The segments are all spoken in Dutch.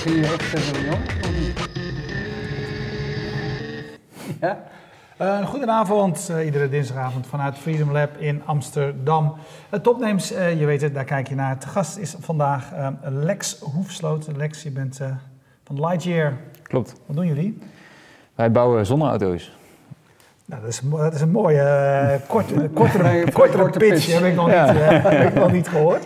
Begin je echt te jong? Ja? Goedenavond, iedere dinsdagavond vanuit Freedom Lab in Amsterdam. Topnames, je weet het, daar kijk je naar. Te gast is vandaag Lex Hoefsloot. Lex, je bent van Lightyear. Klopt. Wat doen jullie? Wij bouwen zonneauto's. Nou, dat is een mooie, kortere pitch. Heb ik nog niet gehoord.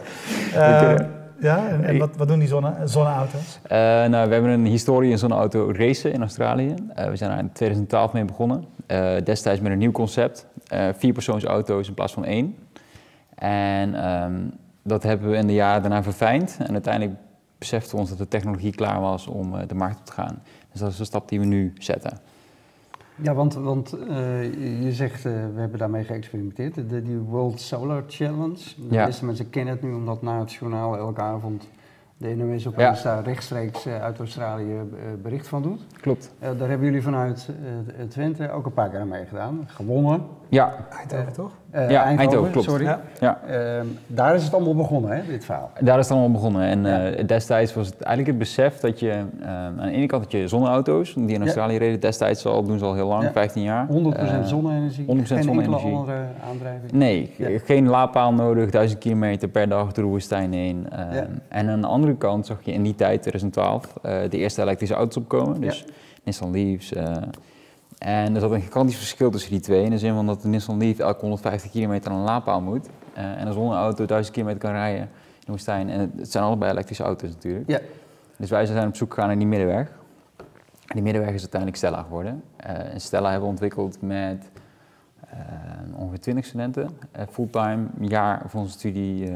En wat doen die zonneauto's? We hebben een historie in zonneauto racen in Australië. We zijn daar in 2012 mee begonnen. Destijds met een nieuw concept. 4-persoonsauto's in plaats van 1. En dat hebben we in de jaren daarna verfijnd. En uiteindelijk beseften we ons dat de technologie klaar was om de markt op te gaan. Dus dat is de stap die we nu zetten. Ja, want je zegt, we hebben daarmee geëxperimenteerd. Die World Solar Challenge. De meeste mensen kennen het nu omdat na het journaal elke avond de NOS opeens daar rechtstreeks uit Australië bericht van doet. Klopt. Daar hebben jullie vanuit Twente ook een paar keer aan meegedaan. Gewonnen. Ja. Eindhoven toch? Eindhoven, klopt. Sorry. Ja. Daar is het allemaal begonnen, hè, dit verhaal. Daar is het allemaal begonnen. En destijds was het eigenlijk het besef dat je... aan de ene kant had je zonneauto's, die in Australië reden destijds al, doen ze al heel lang, 15 jaar. 100% zonne-energie, 100% geen zonne-energie. enkele andere aandrijving? Nee, geen laadpaal nodig, 1000 kilometer per dag door de woestijn heen. En aan de andere kant zag je in die tijd, 2012, de eerste elektrische auto's opkomen. Dus Nissan Leafs. En er zat een gigantisch verschil tussen die twee. In de zin van dat de Nissan Leaf elke 150 kilometer aan een laadpaal moet. En een zonneauto 1000 kilometer kan rijden in de woestijn. En het zijn allebei elektrische auto's natuurlijk. Ja. Dus wij zijn op zoek gegaan naar die middenweg. En die middenweg is uiteindelijk Stella geworden. En Stella hebben we ontwikkeld met ongeveer 20 studenten. Fulltime, jaar van onze studie,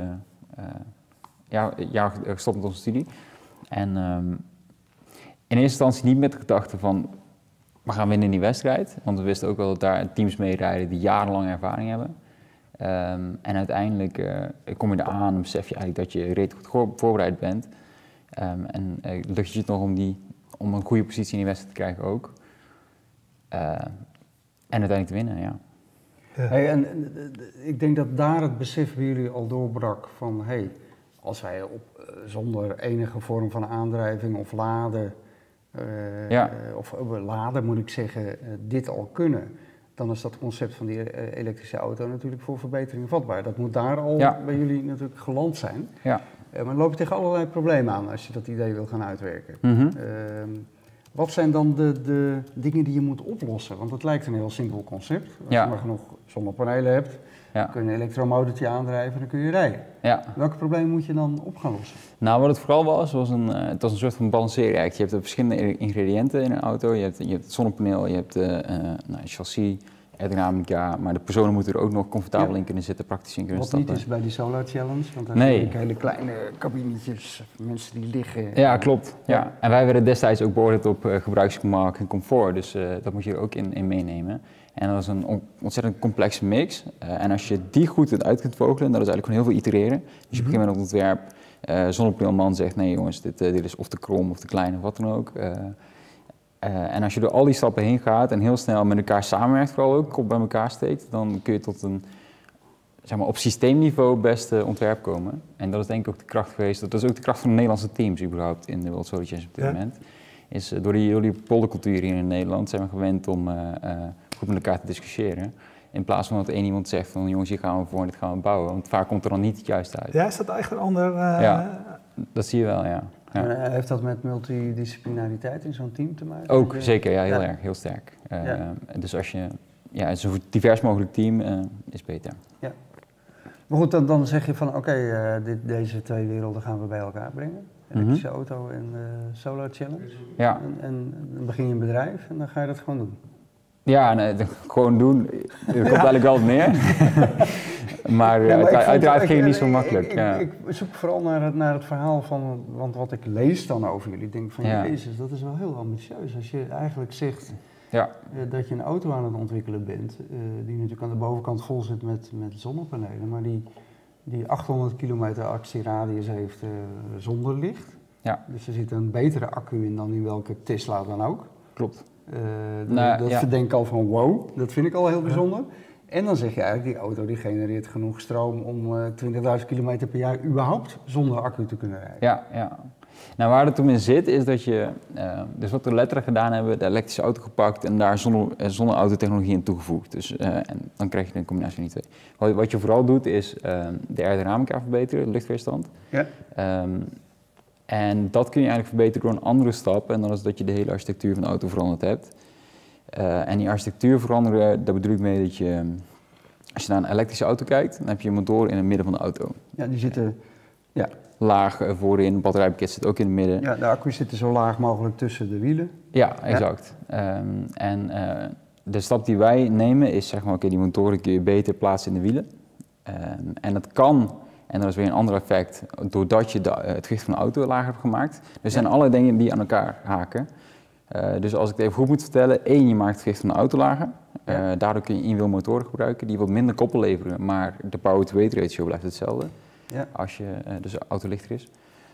jaar gestopt met onze studie. En in eerste instantie niet met de gedachte van... we gaan winnen in die wedstrijd, want we wisten ook wel dat daar teams mee rijden die jarenlang ervaring hebben. En uiteindelijk kom je eraan en besef je eigenlijk dat je redelijk goed voorbereid bent. En lukt je het nog om een goede positie in die wedstrijd te krijgen ook. En uiteindelijk te winnen, ja. Hey, en ik denk dat daar het besef bij jullie al doorbrak van... als wij zonder enige vorm van aandrijving of laden... of laden moet ik zeggen, dit al kunnen, dan is dat concept van die elektrische auto natuurlijk voor verbetering vatbaar. Dat moet daar al bij jullie natuurlijk geland zijn. Ja. Maar dan loop je tegen allerlei problemen aan als je dat idee wil gaan uitwerken. Mm-hmm. Wat zijn dan de dingen die je moet oplossen? Want het lijkt een heel simpel concept. Als je maar genoeg zonnepanelen hebt, kun je een elektromotortje aandrijven, dan kun je rijden. Ja. Welke problemen moet je dan op gaan lossen? Nou, wat het vooral was het was een soort van balanceeract. Je hebt verschillende ingrediënten in een auto. Je hebt het zonnepaneel, je hebt chassis, aerodynamica, maar de personen moeten er ook nog comfortabel in kunnen zitten, praktisch in kunnen stappen. Wat niet is bij die Solar Challenge, want daar zijn hele kleine kabinetjes, mensen die liggen. Ja, klopt. Ja. En wij werden destijds ook beoordeeld op gebruiksgemak en comfort, dus dat moet je er ook in meenemen. En dat is een ontzettend complexe mix. En als je die goed uit kunt vogelen, dat is eigenlijk gewoon heel veel itereren. Dus je begint met een ontwerp, zonnepaneelman zegt nee jongens, dit is of te krom of te klein of wat dan ook. En als je door al die stappen heen gaat en heel snel met elkaar samenwerkt, vooral ook, kop bij elkaar steekt, dan kun je tot een, zeg maar, op systeemniveau beste ontwerp komen. En dat is denk ik ook de kracht geweest, dat is ook de kracht van de Nederlandse teams überhaupt in de World Solar Challenge op dit moment. Is door die poldercultuur hier in Nederland zijn we gewend om goed met elkaar te discussiëren. In plaats van dat één iemand zegt van jongens, hier gaan we voor en dit gaan we bouwen. Want vaak komt er dan niet het juiste uit. Ja, is dat echt een ander... Ja, dat zie je wel, ja. Heeft dat met multidisciplinariteit in zo'n team te maken? Ook, zeker, ja, heel erg, heel sterk. Dus als je, zo divers mogelijk team is beter. Ja. Maar goed, dan zeg je van deze twee werelden gaan we bij elkaar brengen. Elektrische auto en Solar Challenge. Ja. En dan begin je een bedrijf en dan ga je dat gewoon doen. Ja, gewoon doen. Er komt eigenlijk wel meer. maar uiteraard ging het niet zo makkelijk. Ik zoek vooral naar het verhaal van, want wat ik lees dan over jullie, denk van Jezus, dat is wel heel ambitieus. Als je eigenlijk zegt dat je een auto aan het ontwikkelen bent, die natuurlijk aan de bovenkant vol zit met zonnepanelen, maar die 800 kilometer actieradius heeft zonder licht. Ja. Dus er zit een betere accu in dan in welke Tesla dan ook. Klopt. Dat verdenk ik al van wow, dat vind ik al heel bijzonder. En dan zeg je eigenlijk, die auto die genereert genoeg stroom om 20.000 kilometer per jaar überhaupt zonder accu te kunnen rijden. Ja. Nou, waar het toen in zit, is dat je, dus wat we letterlijk gedaan hebben, de elektrische auto gepakt en daar zonneautotechnologie in toegevoegd. Dus en dan krijg je een combinatie van die twee. Wat je vooral doet, is de aerodynamica verbeteren, de luchtweerstand. Ja. En dat kun je eigenlijk verbeteren door een andere stap, en dat is dat je de hele architectuur van de auto veranderd hebt. En die architectuur veranderen, daar bedoel ik mee dat je, als je naar een elektrische auto kijkt, dan heb je een motor in het midden van de auto. Ja, die zitten laag voorin, het batterijpakket zit ook in het midden. Ja, de accu zit zo laag mogelijk tussen de wielen. Ja, exact. De stap die wij nemen is, zeg maar, oké, die motoren kun je beter plaatsen in de wielen. En dat kan, en dat is weer een ander effect, doordat je het gewicht van de auto lager hebt gemaakt. Er zijn allerlei dingen die aan elkaar haken. Dus als ik het even goed moet vertellen, 1, je maakt het gewicht van de auto lager. Daardoor kun je inwielmotoren gebruiken die wat minder koppel leveren, maar de power-to-weight ratio blijft hetzelfde. Ja. Als dus de auto lichter is.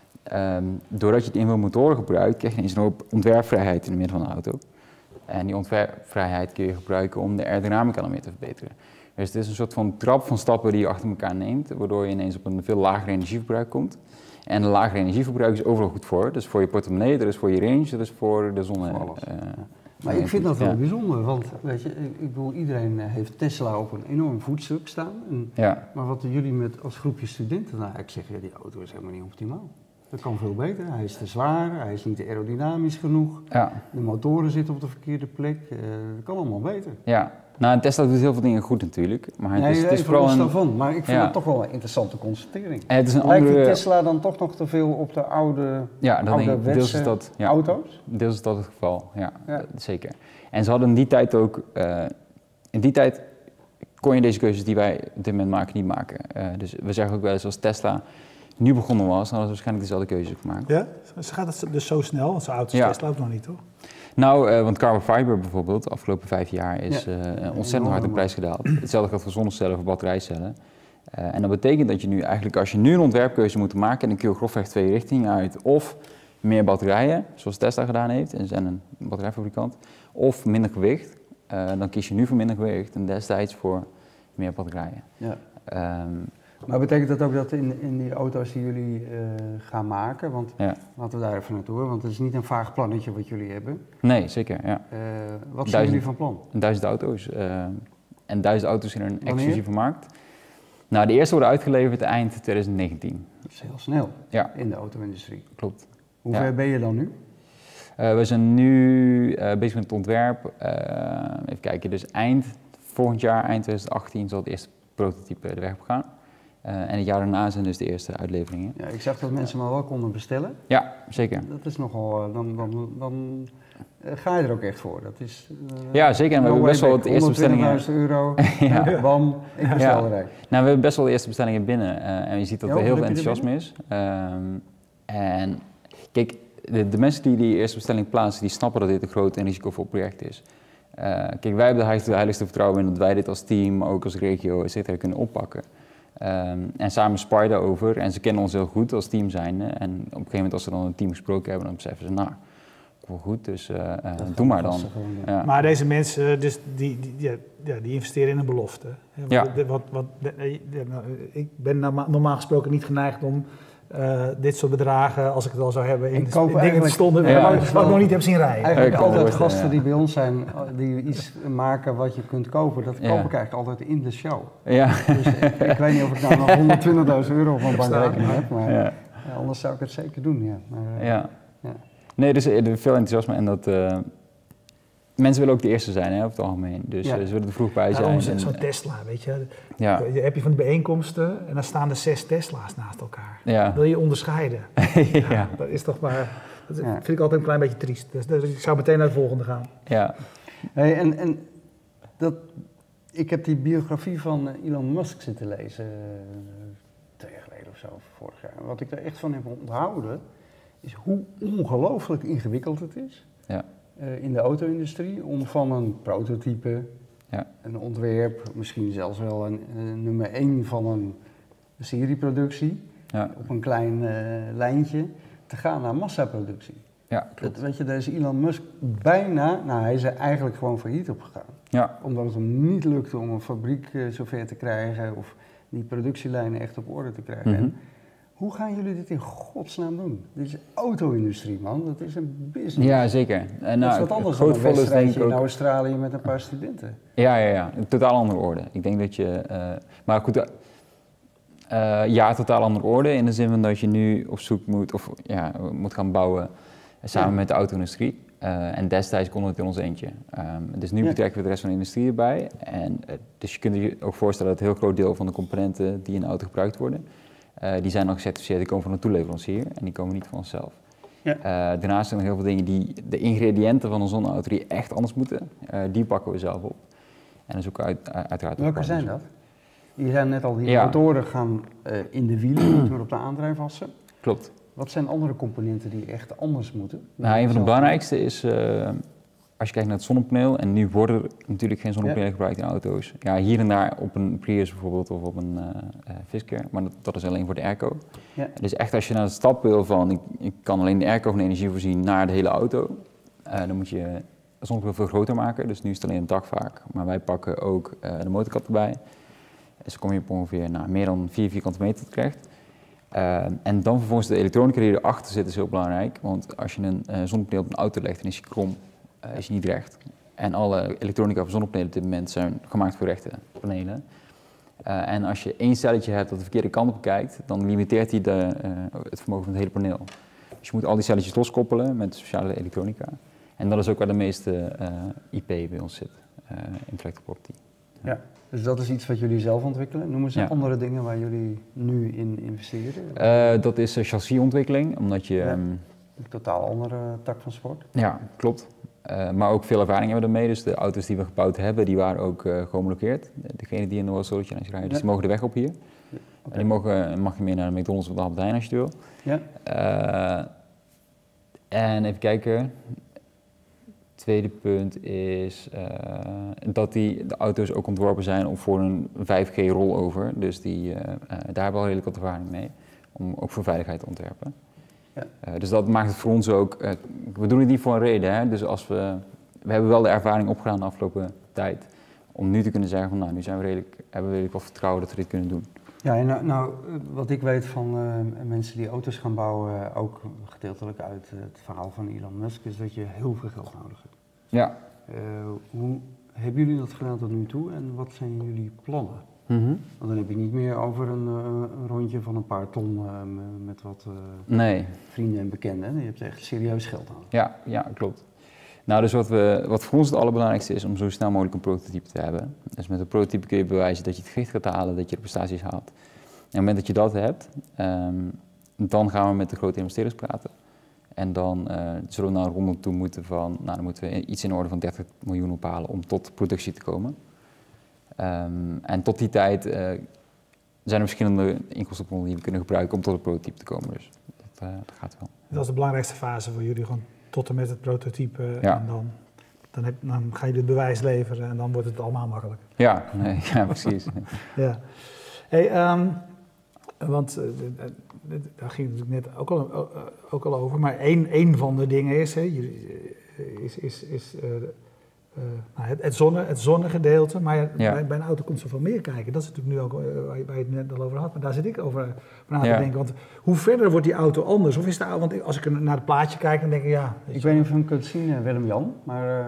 Doordat je het inwielmotoren gebruikt, krijg je ineens een hoop ontwerpvrijheid in het midden van de auto. En die ontwerpvrijheid kun je gebruiken om de aerodynamica dan weer te verbeteren. Dus het is een soort van trap van stappen die je achter elkaar neemt, waardoor je ineens op een veel lager energieverbruik komt. En de lagere energieverbruik is overal goed voor. Dus voor je portemonnee, dat is voor je range, dat is voor de zonne. Maar ik vind dat wel bijzonder, want weet je, ik bedoel, iedereen heeft Tesla op een enorm voetstuk staan. Maar wat jullie als groepje studenten dan eigenlijk zeggen, die auto is helemaal niet optimaal. Dat kan veel beter, hij is te zwaar, hij is niet aerodynamisch genoeg, de motoren zitten op de verkeerde plek, dat kan allemaal beter. Ja, nou, Tesla doet heel veel dingen goed natuurlijk, maar het is vooral los daarvan, maar ik vind dat toch wel een interessante constatering. Het is een Lijkt de Tesla dan toch nog te veel op de ouderwetse auto's? Deels is dat het geval, zeker. En ze hadden in die tijd ook, in die tijd kon je deze keuzes die wij op dit moment maken niet maken. Dus we zeggen ook wel eens, als Tesla nu begonnen was, dan hadden ze waarschijnlijk dezelfde keuze gemaakt. Ja? Ze gaat het dus zo snel, want zo'n auto is Tesla ook nog niet, toch? Nou, want carbon fiber bijvoorbeeld, de afgelopen 5 jaar is ontzettend hard in prijs gedaald. Hetzelfde geldt voor zonnecellen, voor batterijcellen. En dat betekent dat je nu eigenlijk, als je nu een ontwerpkeuze moet maken, dan kun je grofweg 2 richtingen uit. Of meer batterijen, zoals Tesla gedaan heeft, en ze zijn een batterijfabrikant. Of minder gewicht, dan kies je nu voor minder gewicht en destijds voor meer batterijen. Ja. Maar betekent dat ook dat in die auto's die jullie gaan maken, want laten we daar even naartoe, want het is niet een vaag plannetje wat jullie hebben. Nee, zeker, ja. Wat zijn jullie van plan? 1000 auto's. En 1000 auto's in een exclusieve markt. Nou, de eerste worden uitgeleverd eind 2019. Dat is heel snel in de auto-industrie. Klopt. Hoe ver ben je dan nu? We zijn nu bezig met het ontwerp. Even kijken, dus eind volgend jaar, eind 2018, zal het eerste prototype de weg op gaan. En het jaar daarna zijn dus de eerste uitleveringen. Ja, ik zag dat mensen maar wel konden bestellen. Ja, zeker. Dat is nogal, dan ga je er ook echt voor. Dat is, ja, zeker. En we hebben best wel de eerste bestellingen. €120.000, bam, ik bestel direct. Nou, we hebben best wel de eerste bestellingen binnen. En je ziet dat er heel veel enthousiasme is. En kijk, de mensen die die eerste bestelling plaatsen, die snappen dat dit een groot en risicovol project is. Kijk, wij hebben de heiligste vertrouwen in dat wij dit als team, maar ook als regio, et cetera, kunnen oppakken. En samen sparren daarover. En ze kennen ons heel goed als team zijnde. En op een gegeven moment als ze dan een team gesproken hebben, dan beseffen ze, nou, wel goed, dus doe maar dan. Ja. Maar deze mensen, dus die investeren in een belofte. Ik ben normaal gesproken niet geneigd om dit soort bedragen, als ik het al zou hebben, in dingen te stonden, wat ik nog niet heb zien rijden. Eigenlijk altijd gasten die bij ons zijn, die iets maken wat je kunt kopen, dat koop ik eigenlijk altijd in de show. Ja. Dus ik weet niet of ik nou nog €120.000 op mijn bankrekening heb, maar anders zou ik het zeker doen. Nee, dus er is veel enthousiasme en dat mensen willen ook de eerste zijn, over het algemeen. Dus ze willen er vroeg bij zijn. Zo'n Tesla, weet je. Je heb je van de bijeenkomsten en dan staan er 6 Tesla's naast elkaar. Ja. Wil je onderscheiden? Dat is toch maar. Dat vind ik altijd een klein beetje triest. Dus ik zou meteen naar de volgende gaan. Ja. Hey, ik heb die biografie van Elon Musk zitten lezen 2 jaar geleden of zo, vorig jaar. En wat ik er echt van heb onthouden, is hoe ongelooflijk ingewikkeld het is in de auto-industrie om van een prototype, een ontwerp, misschien zelfs wel een nummer 1 van een serieproductie op een klein lijntje, te gaan naar massaproductie. Ja, klopt. Weet je, daar is Elon Musk bijna, hij is er eigenlijk gewoon failliet op gegaan. Ja. Omdat het hem niet lukte om een fabriek zover te krijgen of die productielijnen echt op orde te krijgen. Mm-hmm. En hoe gaan jullie dit in godsnaam doen? Dit is auto-industrie, man. Dat is een business. Ja, zeker. En dat is wat anders dan een wedstrijdje in Australië met een paar studenten. Ja. Een totaal andere orde. Ik denk dat je... maar goed... totaal andere orde in de zin van dat je nu op zoek moet gaan bouwen samen met de auto-industrie. En destijds konden we het in ons eentje. Dus nu betrekken we de rest van de industrie erbij. En, dus je kunt je ook voorstellen dat een heel groot deel van de componenten die in de auto gebruikt worden, die zijn al gecertificeerd, die komen van een toeleverancier en die komen niet van onszelf. Ja. Daarnaast zijn er heel veel dingen de ingrediënten van een zonneauto die echt anders moeten, die pakken we zelf op. En dat is ook uiteraard. Welke zijn dat? Je zei net al, die motoren gaan in de wielen, niet meer op de aandrijfassen. Klopt. Wat zijn andere componenten die echt anders moeten? Nou, een van de belangrijkste is, als je kijkt naar het zonnepaneel, en nu worden er natuurlijk geen zonnepanelen gebruikt in auto's. Ja, hier en daar op een Prius bijvoorbeeld of op een Fisker, maar dat is alleen voor de airco. Ja. Dus echt als je naar de stap wil van, ik kan alleen de airco van energie voorzien naar de hele auto, dan moet je de zonnepaneel veel groter maken. Dus nu is het alleen een dak vaak, maar wij pakken ook de motorkap erbij. Dus dan kom je op ongeveer meer dan 4 vierkante meter terecht. En dan vervolgens de elektronica die erachter zit is heel belangrijk. Want als je een zonnepaneel op een auto legt, dan is je krom, is je niet recht. En alle elektronica van zonnepanelen op dit moment zijn gemaakt voor rechte panelen. En als je één celletje hebt dat de verkeerde kant op kijkt, dan limiteert hij het vermogen van het hele paneel. Dus je moet al die celletjes loskoppelen met speciale elektronica. En dat is ook waar de meeste IP bij ons zit, intellectual property. Ja. Dus dat is iets wat jullie zelf ontwikkelen. Noemen ze andere dingen waar jullie nu in investeren? Dat is chassisontwikkeling, omdat je... een totaal andere tak van sport. Ja, klopt. Maar ook veel ervaring hebben we ermee. Dus de auto's die we gebouwd hebben, die waren ook gehomologeerd. Degene die in de World Solar Challenge rijden, dus die mogen de weg op hier. Ja, okay. En die mag je mee naar de McDonald's of de Albert Heijn als je het wil. Ja. En even kijken... Tweede punt is dat de auto's ook ontworpen zijn voor een 5G rollover. Dus daar hebben we al redelijk wat ervaring mee, om ook voor veiligheid te ontwerpen. Ja. Dus dat maakt het voor ons ook, we doen het niet voor een reden. Hè? Dus we hebben wel de ervaring opgedaan de afgelopen tijd, om nu te kunnen zeggen van nu zijn hebben we redelijk wat vertrouwen dat we dit kunnen doen. Ja, en nou wat ik weet van mensen die auto's gaan bouwen, ook gedeeltelijk uit het verhaal van Elon Musk, is dat je heel veel geld nodig hebt. Ja. Hoe hebben jullie dat gedaan tot nu toe en wat zijn jullie plannen? Mm-hmm. Want dan heb je niet meer over een rondje van een paar ton met wat vrienden en bekenden. Je hebt echt serieus geld nodig. Ja, klopt. Nou, dus wat voor ons het allerbelangrijkste is om zo snel mogelijk een prototype te hebben. Dus met een prototype kun je bewijzen dat je het gewicht gaat halen, dat je de prestaties haalt. En op het moment dat je dat hebt, dan gaan we met de grote investeerders praten. En dan zullen we naar een ronde toe moeten van, dan moeten we iets in de orde van 30 miljoen ophalen om tot productie te komen. En tot die tijd zijn er verschillende inkomstenbronnen die we kunnen gebruiken om tot een prototype te komen. Dus dat gaat wel. Dat is de belangrijkste fase voor jullie, gewoon tot en met het prototype. Ja. En dan ga je het bewijs leveren en dan wordt het allemaal makkelijk. Ja, precies. Ja. Hey, want daar ging het natuurlijk net ook al over, maar één van de dingen is het zonnegedeelte, maar bij een auto komt zoveel meer kijken. Dat is natuurlijk nu ook waar je het net al over had, maar daar zit ik over na te denken. Want hoe verder wordt die auto anders? Of is de auto, want als ik naar het plaatje kijk, dan denk ik Ik weet niet of je hem kunt zien, Willem-Jan, maar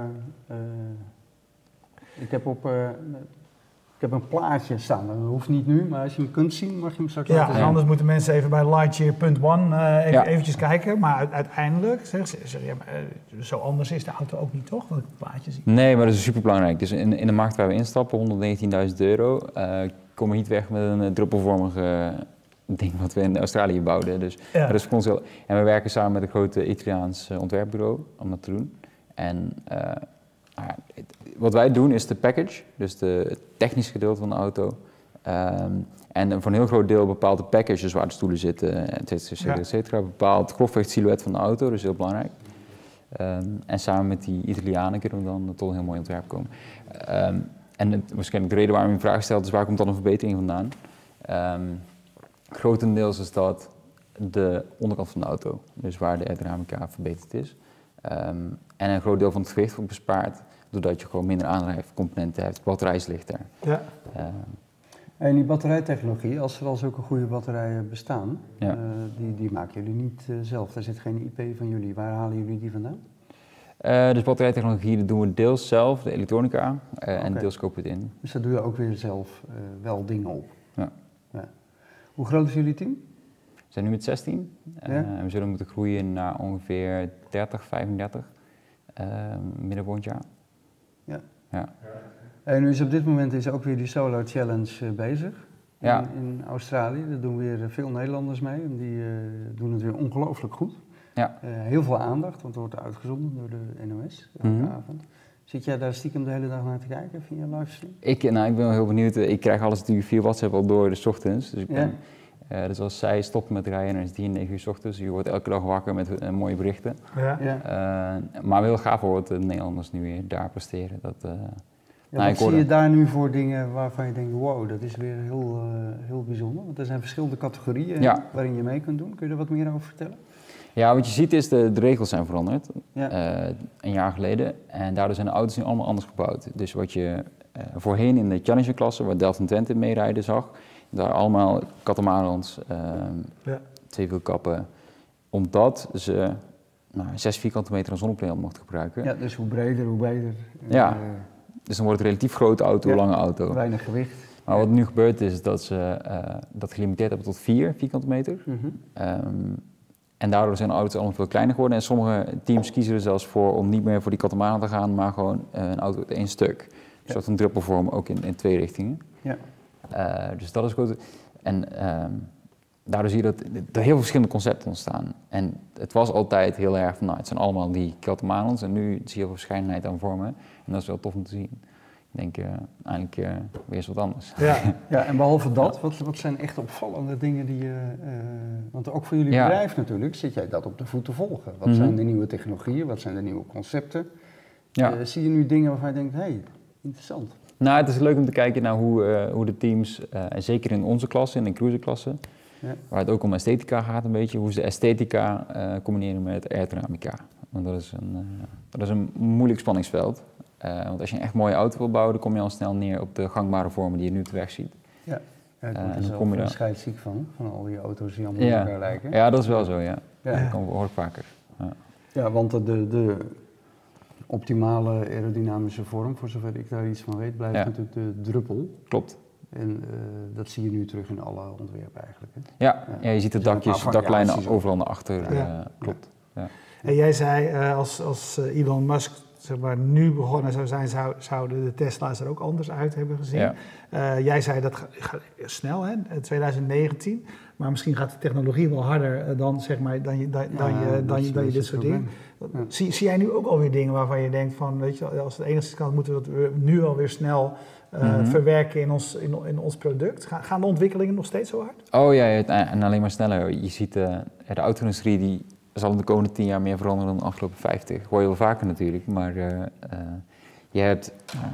ik heb een plaatje staan, dat hoeft niet nu, maar als je hem kunt zien, mag je hem straks laten zien. Anders moeten mensen even bij Lightyear.one eventjes kijken. Maar uiteindelijk, zo anders is de auto ook niet, toch? Dat ik het plaatje zie. Nee, maar dat is superbelangrijk. Dus in de markt waar we instappen, €119.000, kom je niet weg met een druppelvormige ding wat we in Australië bouwden. Dus dat is voor ons heel... En we werken samen met een grote Italiaans ontwerpbureau om dat te doen. En... wat wij doen is de package, dus het technische gedeelte van de auto. En voor een heel groot deel bepaalt de package, dus waar de stoelen zitten, et cetera, bepaalt grofweg het silhouet van de auto, dus heel belangrijk. En samen met die Italianen kunnen we dan tot een heel mooi ontwerp komen. En waarschijnlijk de reden waarom je een vraag stelt is waar komt dan een verbetering vandaan? Grotendeels is dat de onderkant van de auto. Dus waar de aerodynamica verbeterd is. En een groot deel van het gewicht wordt bespaard, doordat je gewoon minder aandrijfcomponenten hebt. De batterij is lichter. Ja. En die batterijtechnologie, als er al zulke goede batterijen bestaan, die maken jullie niet zelf. Daar zit geen IP van jullie. Waar halen jullie die vandaan? Dus batterijtechnologie dat doen we deels zelf, de elektronica, en deels kopen we het in. Dus daar doe je ook weer zelf wel dingen op? Ja. Hoe groot is jullie team? We zijn nu met 16. En we zullen moeten groeien naar ongeveer 30, 35 midden volgend jaar. Ja. En nu is op dit moment ook weer die Solar Challenge bezig in Australië. Daar doen weer veel Nederlanders mee en die doen het weer ongelooflijk goed. Ja. Heel veel aandacht, want het wordt uitgezonden door de NOS elke avond. Zit jij daar stiekem de hele dag naar te kijken via livestream? Ik ben wel heel benieuwd. Ik krijg alles natuurlijk via WhatsApp al door de 's ochtends. Dus, dus als zij stoppen met rijden, dan is het hier 9 uur 's ochtends. Je wordt elke dag wakker met mooie berichten. Maar heel gaaf hoor de Nederlanders nu weer daar presteren. Wat zie je daar nu voor dingen waarvan je denkt, wow, dat is weer heel bijzonder? Want er zijn verschillende categorieën waarin je mee kunt doen. Kun je er wat meer over vertellen? Ja, wat je ziet is de regels zijn veranderd een jaar geleden. En daardoor zijn de auto's nu allemaal anders gebouwd. Dus wat je voorheen in de Challenger-klasse, waar Delft en Twente meerijden zag, daar allemaal katamarans, tweewielkappen, omdat ze 6 vierkante meter aan zonnepaneel mochten gebruiken. Ja, dus hoe breder, hoe beter. Ja, dus dan wordt het een relatief grote auto, lange auto. Weinig gewicht. Maar wat nu gebeurt is dat ze dat gelimiteerd hebben tot 4 vierkante meter. En daardoor zijn de auto's allemaal veel kleiner geworden. En sommige teams kiezen er zelfs voor om niet meer voor die katamaran te gaan, maar gewoon een auto uit 1 stuk. Dus dat een druppelvorm ook in 2 richtingen. Dus dat is goed. En daardoor zie je dat er heel veel verschillende concepten ontstaan. En het was altijd heel erg van, het zijn allemaal die catamarans. En nu zie je heel veel verscheidenheid aan vormen. En dat is wel tof om te zien. Ik denk, eigenlijk weer eens wat anders. En behalve dat, wat zijn echt opvallende dingen die je... want ook voor jullie bedrijf natuurlijk zit jij dat op de voet te volgen. Wat zijn de nieuwe technologieën, wat zijn de nieuwe concepten? Zie je nu dingen waarvan je denkt, interessant? Nou, het is leuk om te kijken naar hoe de teams, en zeker in onze klasse, in de cruiserklasse, waar het ook om esthetica gaat een beetje, hoe ze de esthetica combineren met aerodynamica. Want dat is een moeilijk spanningsveld. Want als je een echt mooie auto wil bouwen, dan kom je al snel neer op de gangbare vormen die je nu op de weg ziet. Ik word er scheidsziek van al die auto's die allemaal op elkaar lijken. Ja, dat is wel zo, dat hoor ik vaker. Ja, want de optimale aerodynamische vorm, voor zover ik daar iets van weet, blijft natuurlijk de druppel. Klopt. En dat zie je nu terug in alle ontwerpen eigenlijk. Hè? Ja, je ziet de dakjes, daklijnen overal naar achter. Klopt. En jij zei, als Elon Musk zeg maar, nu begonnen zou zijn, zouden de Tesla's er ook anders uit hebben gezien. Jij zei dat gaat snel, hè, 2019. Maar misschien gaat de technologie wel harder dan, zeg maar, dan je dit soort dingen. Zie jij nu ook alweer dingen waarvan je denkt van, weet je, als het enigszins kan, moeten we dat nu alweer snel verwerken in ons product? Gaan de ontwikkelingen nog steeds zo hard? Oh ja, en alleen maar sneller. Je ziet de auto-industrie die zal in de komende 10 jaar meer veranderen dan de afgelopen 50. Dat hoor je wel vaker natuurlijk, maar je hebt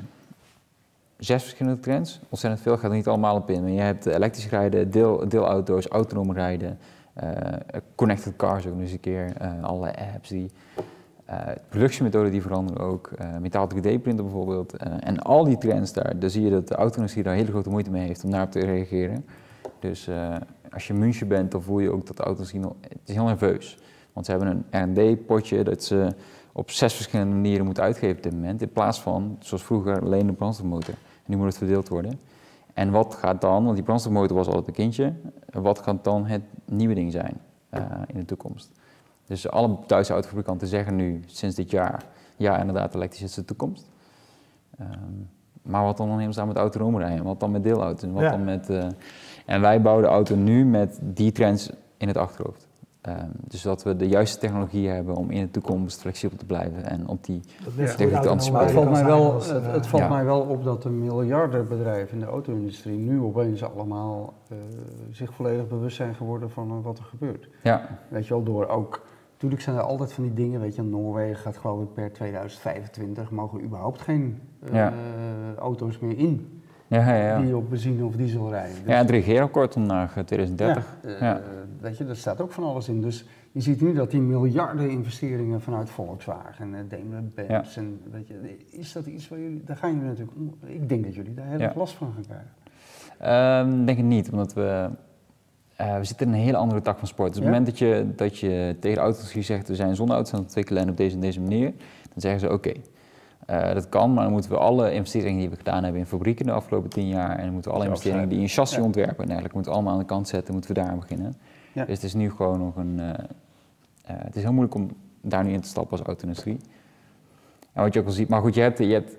6 verschillende trends. Ontzettend veel, gaat er niet allemaal op in. Maar je hebt elektrisch rijden, deelauto's, autonoom rijden, connected cars ook nog eens een keer, allerlei apps productiemethoden die veranderen ook, metaal 3D-printen bijvoorbeeld. En al die trends daar zie je dat de auto-industrie daar hele grote moeite mee heeft om daarop te reageren. Dus als je München bent, dan voel je ook dat de auto-industrie het is heel nerveus. Want ze hebben een R&D-potje dat ze op 6 verschillende manieren moeten uitgeven op dit moment. In plaats van, zoals vroeger, alleen de brandstofmotor. En nu moet het verdeeld worden. En wat gaat dan, want die brandstofmotor was altijd een kindje. Wat gaat dan het nieuwe ding zijn in de toekomst? Dus alle Duitse autofabrikanten zeggen nu, sinds dit jaar, ja inderdaad, elektrisch is de toekomst. Maar wat dan helemaal staan met autonoom rijden? Wat dan met deelauto's? En wat dan met... En wij bouwen de auto nu met die trends in het achterhoofd. Dus dat we de juiste technologie hebben om in de toekomst flexibel te blijven en op die technologie te anticiperen. Het valt mij wel op dat de miljardenbedrijven in de auto-industrie nu opeens allemaal zich volledig bewust zijn geworden van wat er gebeurt. Weet je wel, door ook... Natuurlijk zijn er altijd van die dingen, weet je, Noorwegen gaat geloof ik per 2025 mogen überhaupt geen auto's meer in. Die op benzine of diesel rijden. Dus het regeerakkoord om naar 2030. weet je, daar staat ook van alles in. Dus je ziet nu dat die miljarden investeringen vanuit Volkswagen en Daimler-Benz, en weet je, is dat iets waar jullie, daar gaan jullie natuurlijk, ik denk dat jullie daar heel erg last van gaan krijgen. Denk ik niet, omdat we zitten in een hele andere tak van sport. Dus op het moment dat je tegen de auto-industrie zegt, we zijn zonder auto's aan het ontwikkelen en op deze en deze manier, dan zeggen ze oké. Dat kan, maar dan moeten we alle investeringen die we gedaan hebben in fabrieken de afgelopen 10 jaar en dan moeten we alle investeringen die in chassis ontwerpen en eigenlijk moeten we allemaal aan de kant zetten, moeten we daar aan beginnen. Ja. Dus het is nu gewoon nog het is heel moeilijk om daar nu in te stappen als auto-industrie. En wat je ook al ziet, maar goed, je hebt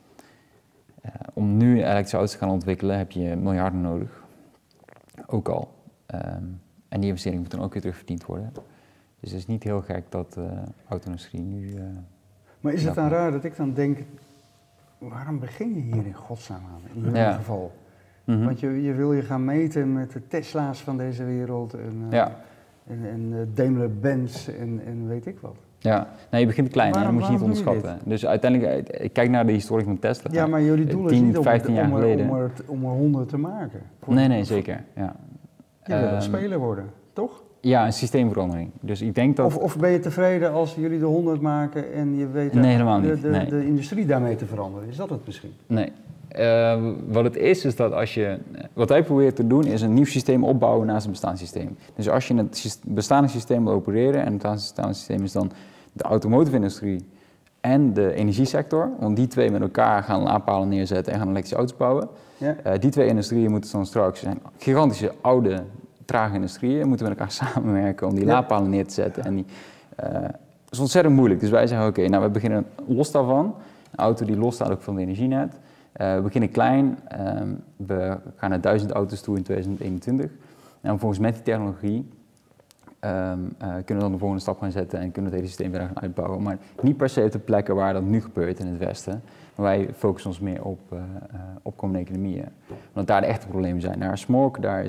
om nu elektrische auto's te gaan ontwikkelen heb je miljarden nodig. Ook al. En die investering moet dan ook weer terugverdiend worden. Dus het is niet heel gek dat de auto-industrie nu... Maar is het dan raar dat ik dan denk, waarom begin je hier in godsnaam aan, in ieder geval? Mm-hmm. Want je wil je gaan meten met de Tesla's van deze wereld en Daimler-Benz en weet ik wat. Ja, nou, je begint klein en dat moet je niet onderschatten. Dus uiteindelijk, ik kijk naar de historie van Tesla. Ja, maar jullie doel is niet om er 100 te maken. Nee, zeker. Ja. Je wil een speler worden, toch? Ja, een systeemverandering. Dus ik denk dat... Of ben je tevreden als jullie de 100 maken en je weet de industrie daarmee te veranderen? Is dat het misschien? Nee. Wat het is dat als je... Wat wij proberen te doen is een nieuw systeem opbouwen naast een bestaand systeem. Dus als je het bestaande systeem wil opereren, en het bestaande systeem is dan de automotive-industrie en de energiesector, want die twee met elkaar gaan laadpalen neerzetten en gaan elektrische auto's bouwen. Ja. Die twee industrieën moeten dan straks zijn gigantische oude trage industrieën, moeten met elkaar samenwerken om die laadpalen neer te zetten. En dat is ontzettend moeilijk. Dus wij zeggen, oké, nou we beginnen los daarvan. Een auto die los staat ook van de energienet. We beginnen klein. We gaan naar 1000 auto's toe in 2021. En vervolgens met die technologie kunnen we dan de volgende stap gaan zetten en kunnen we het hele systeem weer gaan uitbouwen. Maar niet per se op de plekken waar dat nu gebeurt in het Westen. Maar wij focussen ons meer op opkomende economieën. Want daar de echte problemen zijn. Daar is smog, daar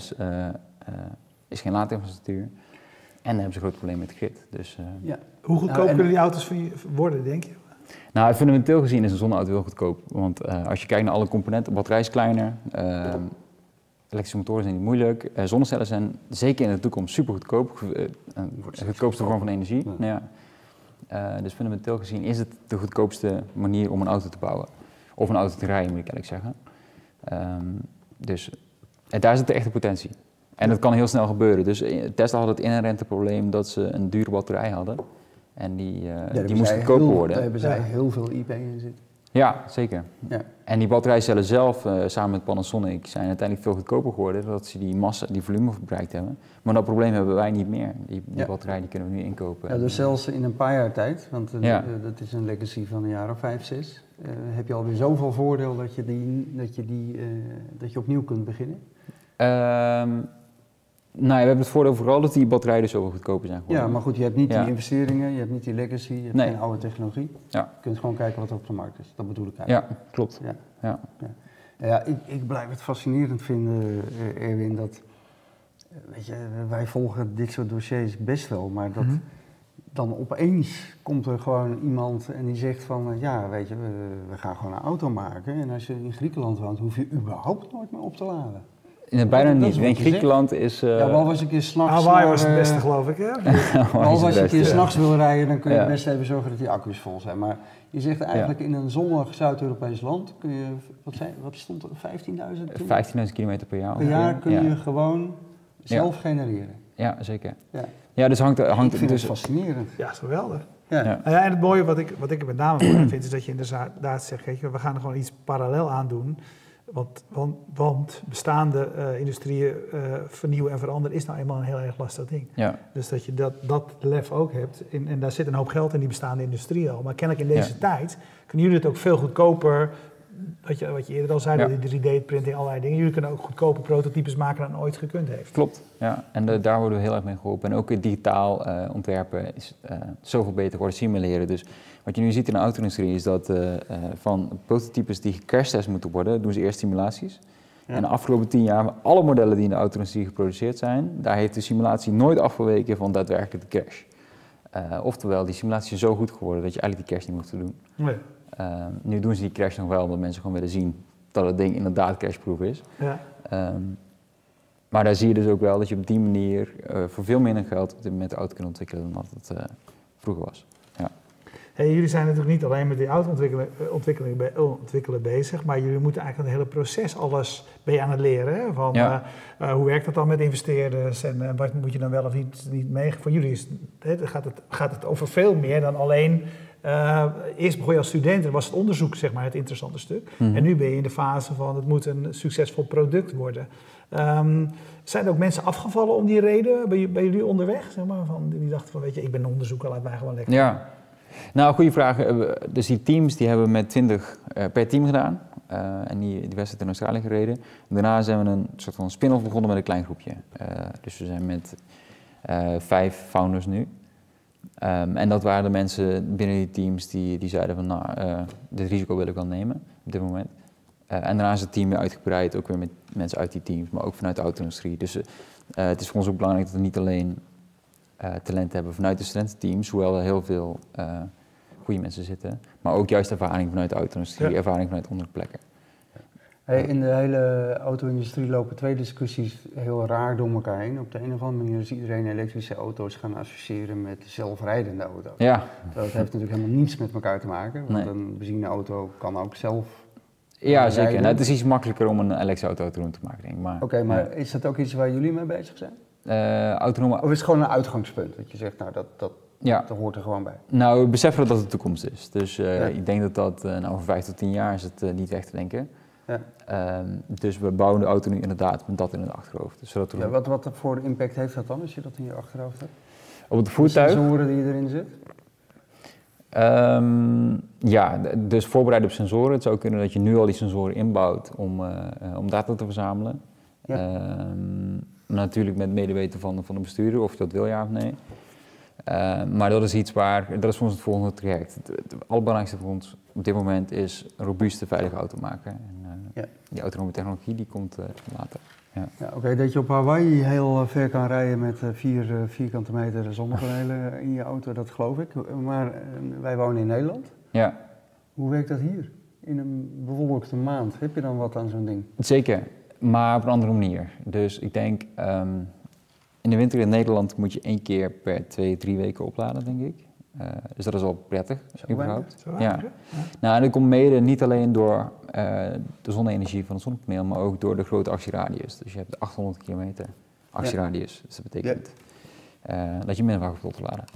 is geen laadinfrastructuur. En dan hebben ze een groot probleem met de grid. Dus, Hoe goedkoop kunnen die auto's worden, denk je? Nou, fundamenteel gezien is een zonneauto heel goedkoop. Want als je kijkt naar alle componenten, batterij is kleiner, elektrische motoren zijn niet moeilijk. Zonnecellen zijn zeker in de toekomst super goedkoop. De goedkoopste vorm van energie. Ja. Dus fundamenteel gezien is het de goedkoopste manier om een auto te bouwen. Of een auto te rijden, moet ik eerlijk zeggen. Dus daar zit de echte potentie. En dat kan heel snel gebeuren. Dus Tesla had het inherente probleem dat ze een dure batterij hadden. En die moest goedkoper worden. Daar hebben zij heel veel IP in zitten. Ja, zeker. Ja. En die batterijcellen zelf, samen met Panasonic, zijn uiteindelijk veel goedkoper geworden, doordat ze die volume bereikt hebben. Maar dat probleem hebben wij niet meer. Die batterij die kunnen we nu inkopen. Ja, dus zelfs in een paar jaar tijd, want dat is een legacy van een jaar of 5, 6, heb je alweer zoveel voordeel dat je opnieuw kunt beginnen? Nou, we hebben het voordeel vooral dat die batterijen dus zoveel goedkoper zijn geworden. Ja, maar goed, je hebt niet die investeringen, je hebt niet die legacy, je hebt geen oude technologie. Ja. Je kunt gewoon kijken wat er op de markt is. Dat bedoel ik eigenlijk. Ja, klopt. Ja, ik blijf het fascinerend vinden, Erwin, dat, weet je, wij volgen dit soort dossiers best wel, maar dat dan opeens komt er gewoon iemand en die zegt van, weet je, we gaan gewoon een auto maken en als je in Griekenland woont, hoef je überhaupt nooit meer op te laden. Bijna niet. Ik denk Griekenland is... behalve als je een keer s'nachts... Hawaii was het beste, geloof ik, hè? Behalve als je een keer s'nachts wil rijden, dan kun je best even zorgen dat die accu's vol zijn. Maar je zegt eigenlijk in een zonnig Zuid-Europees land kun je... Wat stond er? 15.000? 15.000 kilometer per jaar. Per jaar kun je gewoon zelf genereren. Ja, zeker. Ja, dus hangt ik vind het fascinerend. Ja, geweldig. Ja. En het mooie wat ik met name vind, is dat je inderdaad zegt, weet je, we gaan er gewoon iets parallel aan doen. Want bestaande industrieën vernieuwen en veranderen is nou eenmaal een heel erg lastig ding. Ja. Dus dat je dat lef ook hebt. En daar zit een hoop geld in die bestaande industrie al. Maar kennelijk in deze tijd kunnen jullie het ook veel goedkoper. Wat je eerder al zei, die 3D-printing, allerlei dingen. Jullie kunnen ook goedkoper prototypes maken dan ooit gekund heeft. Klopt, ja. En daar worden we heel erg mee geholpen. En ook het digitaal ontwerpen is zoveel beter worden simuleren. Dus wat je nu ziet in de auto-industrie is dat van prototypes die gecrashtest moeten worden, doen ze eerst simulaties. Ja. En de afgelopen 10 jaar, alle modellen die in de auto-industrie geproduceerd zijn, daar heeft de simulatie nooit afgeweken van daadwerkelijk de crash. Oftewel, die simulatie is zo goed geworden dat je eigenlijk die crash niet hoeft te doen. Nee. Nu doen ze die crash nog wel, omdat mensen gewoon willen zien dat het ding inderdaad crashproof is. Ja. Maar daar zie je dus ook wel dat je op die manier voor veel minder geld met de auto kunt ontwikkelen dan dat het vroeger was. Ja. Hey, jullie zijn natuurlijk niet alleen met die auto-ontwikkelen bezig, maar jullie moeten eigenlijk het hele proces alles ben je aan het leren. Hè? Van, hoe werkt dat dan met investeerders en wat moet je dan wel of niet mee? Voor jullie gaat het over veel meer dan alleen... eerst begon je als student en was het onderzoek zeg maar, het interessante stuk. En nu ben je in de fase van het moet een succesvol product worden. Zijn er ook mensen afgevallen om die reden? Ben jullie onderweg? Zeg maar, die dachten van, weet je, ik ben een onderzoeker, laat mij gewoon lekker. Ja, nou, goede vraag. Dus die teams die hebben we met 20 per team gedaan. En die wedstrijd in Australië gereden. Daarna zijn we een soort van spin-off begonnen met een klein groepje. Dus we zijn met 5 founders nu. En dat waren de mensen binnen die teams die zeiden van, nou, dit risico wil ik wel nemen op dit moment. En daarna is het team weer uitgebreid, ook weer met mensen uit die teams, maar ook vanuit de auto-industrie. Dus het is voor ons ook belangrijk dat we niet alleen talent hebben vanuit de studententeams, hoewel er heel veel goede mensen zitten, maar ook juist ervaring vanuit de auto-industrie, ervaring vanuit andere plekken. Hey, in de hele auto-industrie lopen 2 discussies heel raar door elkaar heen. Op de een of andere manier is iedereen elektrische auto's gaan associëren met zelfrijdende auto's. Ja. Dat heeft natuurlijk helemaal niets met elkaar te maken, want een benzineauto kan ook zelf ja, zeker. Nou, het is iets makkelijker om een elektrische auto autonoom te maken, denk ik. Oké, maar is dat ook iets waar jullie mee bezig zijn? Autonome... Of is het gewoon een uitgangspunt, dat je zegt, nou, dat hoort er gewoon bij? Nou, we beseffen dat het de toekomst is. Dus ik denk dat over 5 tot 10 jaar is het niet weg te denken. Ja. Dus we bouwen de auto nu inderdaad met dat in het achterhoofd. Dus zodat wat voor impact heeft dat dan, als je dat in je achterhoofd hebt? Op het voertuig? De sensoren die erin zitten? Ja, dus voorbereid op sensoren. Het zou kunnen dat je nu al die sensoren inbouwt om data te verzamelen. Ja. Natuurlijk met medeweten van de bestuurder, of je dat wil, ja of nee. Maar dat is iets dat is voor ons het volgende traject. Het allerbelangrijkste voor ons op dit moment is een robuuste, veilige auto maken. En die autonome technologie die komt later. Ja. Ja, Oké, dat je op Hawaii heel ver kan rijden met 4 vierkante meter zonnepanelen in je auto, dat geloof ik. Maar wij wonen in Nederland. Ja. Hoe werkt dat hier? In een bewolkte maand, heb je dan wat aan zo'n ding? Zeker, maar op een andere manier. Dus ik denk, in de winter in Nederland moet je 1 keer per 2-3 weken opladen, denk ik. Dus dat is al prettig, überhaupt. Ja. Nou, en dat komt mede niet alleen door de zonne-energie van het zonnepaneel, maar ook door de grote actieradius. Dus je hebt 800 kilometer actieradius. Dus dat betekent dat je minder wacht hoeft op te laden.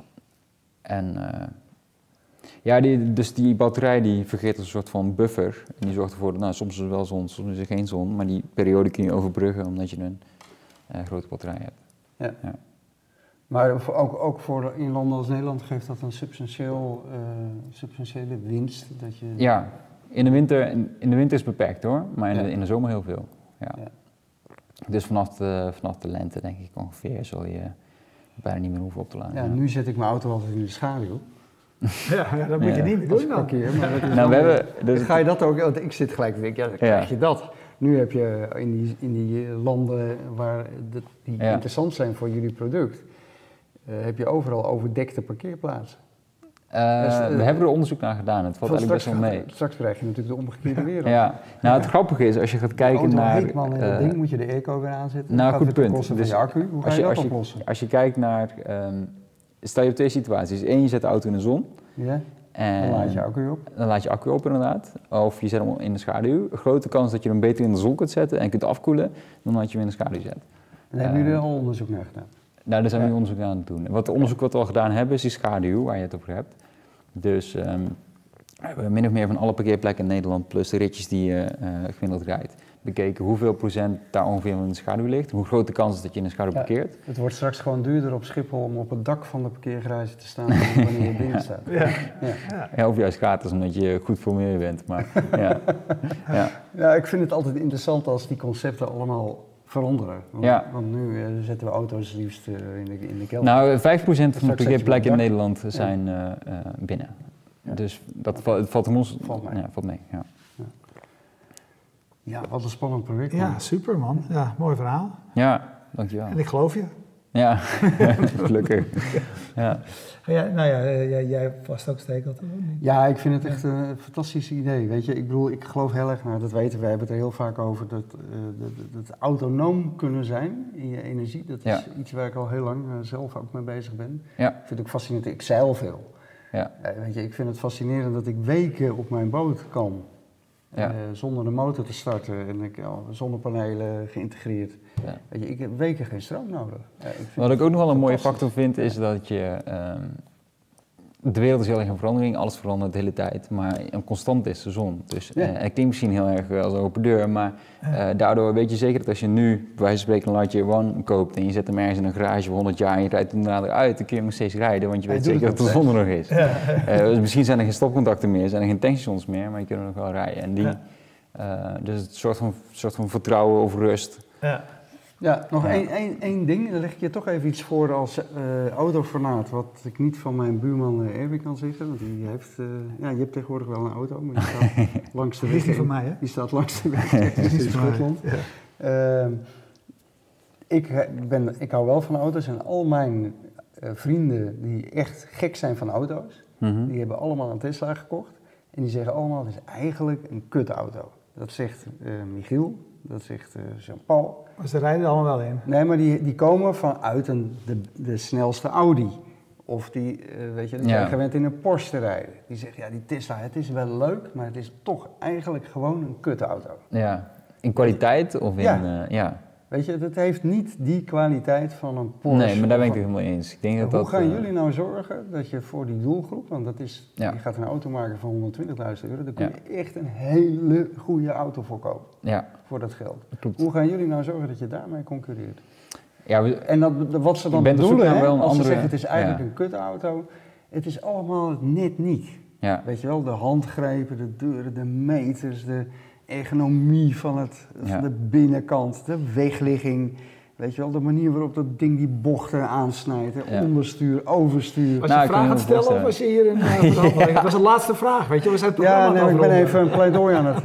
En dus die batterij die fungeert als een soort van buffer. En die zorgt ervoor dat soms is er wel zon, soms is er geen zon. Maar die periode kun je overbruggen omdat je een grote batterij hebt. Ja. Maar ook voor in landen als Nederland geeft dat een substantiële winst? Dat je... Ja, in de winter is het beperkt hoor, maar in de zomer heel veel. Ja. Ja. Dus vanaf de lente denk ik ongeveer zul je bijna niet meer hoeven op te laden. Ja, nu zet ik mijn auto altijd in de schaduw. Ja, dat moet je niet meer doen dan. Ga je dat ook, want ik zit gelijk te denken, dan krijg je dat. Nu heb je in die landen waar die interessant zijn voor jullie product, heb je overal overdekte parkeerplaatsen. We hebben er onderzoek naar gedaan, het valt eigenlijk best wel mee. Straks krijg je natuurlijk de omgekeerde wereld. Ja, nou het grappige is, als je gaat kijken naar... Heet, man, dat ding moet je de airco weer aanzetten. Nou, goed punt. Dus je accu. Hoe ga je dat oplossen? Als je kijkt naar... stel je op 2 situaties. 1, je zet de auto in de zon. Ja. En dan laat je accu op. Dan laat je accu op inderdaad. Of je zet hem in de schaduw. Een grote kans dat je hem beter in de zon kunt zetten en kunt afkoelen, dan dat je hem in de schaduw zet. En hebben jullie er al onderzoek naar gedaan? Nou, daar zijn we onderzoek aan het doen. Het onderzoek wat we al gedaan hebben, is die schaduw waar je het over hebt. Dus we hebben min of meer van alle parkeerplekken in Nederland, plus de ritjes die je gemiddeld rijdt, bekeken hoeveel procent daar ongeveer in de schaduw ligt. Hoe groot de kans is dat je in de schaduw parkeert. Het wordt straks gewoon duurder op Schiphol om op het dak van de parkeergarage te staan wanneer je binnen staat. Ja, of juist gratis, omdat je goed voor milieu bent. Maar, ja, ik vind het altijd interessant als die concepten allemaal veranderen. Want nu zetten we auto's liefst in de kelder. Nou, 5% van de parkeerplekken in Nederland zijn binnen. Ja. Dus dat valt ons... Valt mee. Ja, wat een spannend project. Ja, super man. Ja, mooi verhaal. Ja, dankjewel. En ik geloof je. Ja, gelukkig. Ja. Jij vast ook stekelt. Ja, ik vind het echt een fantastisch idee. Weet je, ik bedoel, ik geloof heel erg, dat weten we hebben het er heel vaak over, dat autonoom kunnen zijn in je energie. Dat is iets waar ik al heel lang zelf ook mee bezig ben. Ja. Ik vind het ook fascinerend. Ik zeil veel. Ja. Weet je, ik vind het fascinerend dat ik weken op mijn boot kan. Zonder de motor te starten en zonnepanelen geïntegreerd. Ja. Weet je, ik heb weken geen stroom nodig. Wat ik ook nog wel een mooie factor vind is dat je... de wereld is heel erg in verandering, alles verandert de hele tijd, maar een constant is de zon. Dus het klinkt misschien heel erg als een open deur, maar daardoor weet je zeker dat als je nu, bij wijze van spreken, een Lightyear One koopt en je zet hem ergens in een garage voor 100 jaar en je rijdt hem daarna eruit, dan kun je nog steeds rijden, want je weet zeker dat de zon er nog is. Dus misschien zijn er geen stopcontacten meer, zijn er geen tankstations meer, maar je kunt er nog wel rijden. En dus het soort van vertrouwen of rust. Ja, nog één ding. Dan leg ik je toch even iets voor als autofanaat, wat ik niet van mijn buurman Erwin kan zeggen. Want die heeft, je hebt tegenwoordig wel een auto, maar die staat langs de weg. Die is niet van mij, hè? Die staat langs de weg in Schotland. Ja. Ik hou wel van auto's en al mijn vrienden die echt gek zijn van auto's, die hebben allemaal een Tesla gekocht. En die zeggen allemaal, het is eigenlijk een kutauto. Dat zegt Michiel, dat zegt Jean-Paul. Maar ze rijden er allemaal wel in? Nee, maar die komen vanuit de snelste Audi. Of die zijn gewend in een Porsche te rijden. Die zeggen, ja, die Tesla, het is wel leuk, maar het is toch eigenlijk gewoon een kutauto. Ja, in kwaliteit of in... Weet je, het heeft niet die kwaliteit van een Porsche. Nee, maar daar ben ik het helemaal eens. Ik denk hoe gaan jullie nou zorgen dat je voor die doelgroep, want dat is, je gaat een auto maken van €120.000, daar kun je echt een hele goede auto voor kopen. Ja. Voor dat geld. Dat hoe gaan jullie nou zorgen dat je daarmee concurreert? Ja, en wat ze dan bedoelen, als ze zeggen het is eigenlijk een kutauto, het is allemaal net niet. Ja. Weet je wel, de handgrepen, de deuren, de meters, de ergonomie van de binnenkant, de wegligging, weet je wel, de manier waarop dat ding die bochten aansnijdt, onderstuur, overstuur. Als je een vraag gaat stellen of als je hier een verhandeling, dat was de laatste vraag, weet je, we zijn het programma ik ben even een pleidooi aan het...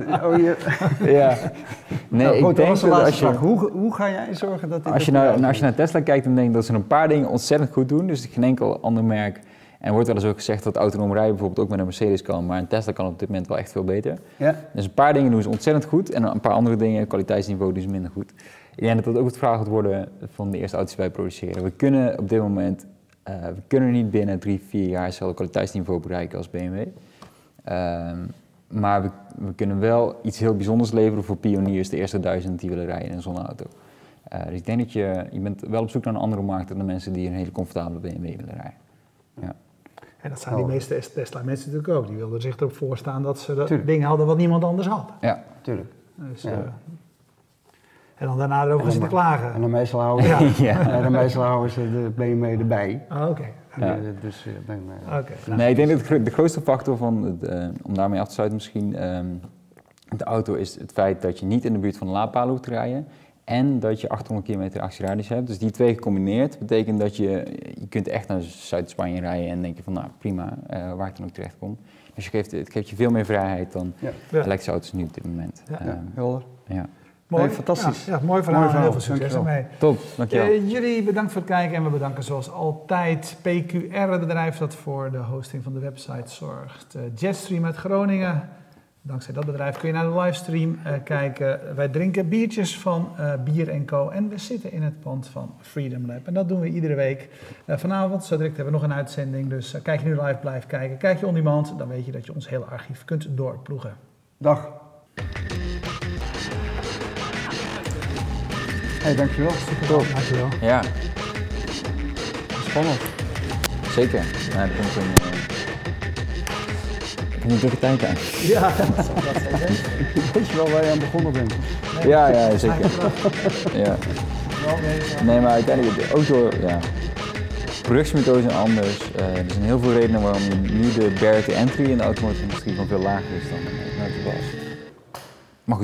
Nee, ik denk dat als je... Hoe ga jij zorgen dat dit... Als je naar Tesla kijkt, dan denk ik dat ze een paar dingen ontzettend goed doen, dus geen enkel ander merk. En wordt wel eens ook gezegd dat autonoom rijden bijvoorbeeld ook met een Mercedes kan, maar een Tesla kan op dit moment wel echt veel beter. Ja. Dus een paar dingen doen ze ontzettend goed en een paar andere dingen, kwaliteitsniveau, doen ze minder goed. Ik denk dat dat ook het vraag gaat worden van de eerste auto's die wij produceren. We kunnen op dit moment, niet binnen 3-4 jaar hetzelfde kwaliteitsniveau bereiken als BMW. Maar we kunnen wel iets heel bijzonders leveren voor pioniers, de eerste 1000 die willen rijden in een zonneauto. Dus ik denk dat je bent wel op zoek naar een andere markt dan de mensen die een hele comfortabele BMW willen rijden. Ja. En dat zijn die meeste Tesla-mensen natuurlijk ook. Die wilden zich erop voorstaan dat ze dingen hadden wat niemand anders had. Ja, tuurlijk. Dus, en dan daarna erover zitten klagen. En dan meestal houden ze de BMW erbij. Oké. Nee, ik denk dat de grootste factor van, om daarmee af te sluiten misschien, de auto is het feit dat je niet in de buurt van een laadpaal hoeft te rijden. En dat je 800 kilometer actieradius hebt. Dus die twee gecombineerd betekent dat je kunt echt naar Zuid-Spanje rijden en denk je van nou prima, waar ik dan ook terecht kom. Dus het geeft je veel meer vrijheid dan elektrische auto's nu op dit moment. Helder. Ja. Mooi, fantastisch. Ja, mooi verhaal. Heel veel succes ermee. Top, dankjewel. Jullie bedankt voor het kijken en we bedanken zoals altijd PQR, het bedrijf dat voor de hosting van de website zorgt. Jetstream uit Groningen. Dankzij dat bedrijf kun je naar de livestream kijken. Wij drinken biertjes van Bier & Co. En we zitten in het pand van Freedom Lab. En dat doen we iedere week. Vanavond, zo direct hebben we nog een uitzending. Dus kijk je nu live, blijf kijken. Kijk je on demand, dan weet je dat je ons hele archief kunt doorploegen. Dag. Hey, dankjewel. Top. Dankjewel. Ja. Spannend. Zeker. Nou, er komt een drukke tijd aan. Ja, weet je wel waar je aan begonnen bent? Nee, ja, zeker. Ja. Nee, maar uiteindelijk, de auto, productiemethoden zijn anders. Er zijn heel veel redenen waarom nu de barrier to entry in de automotive industrie gewoon veel lager is dan het was.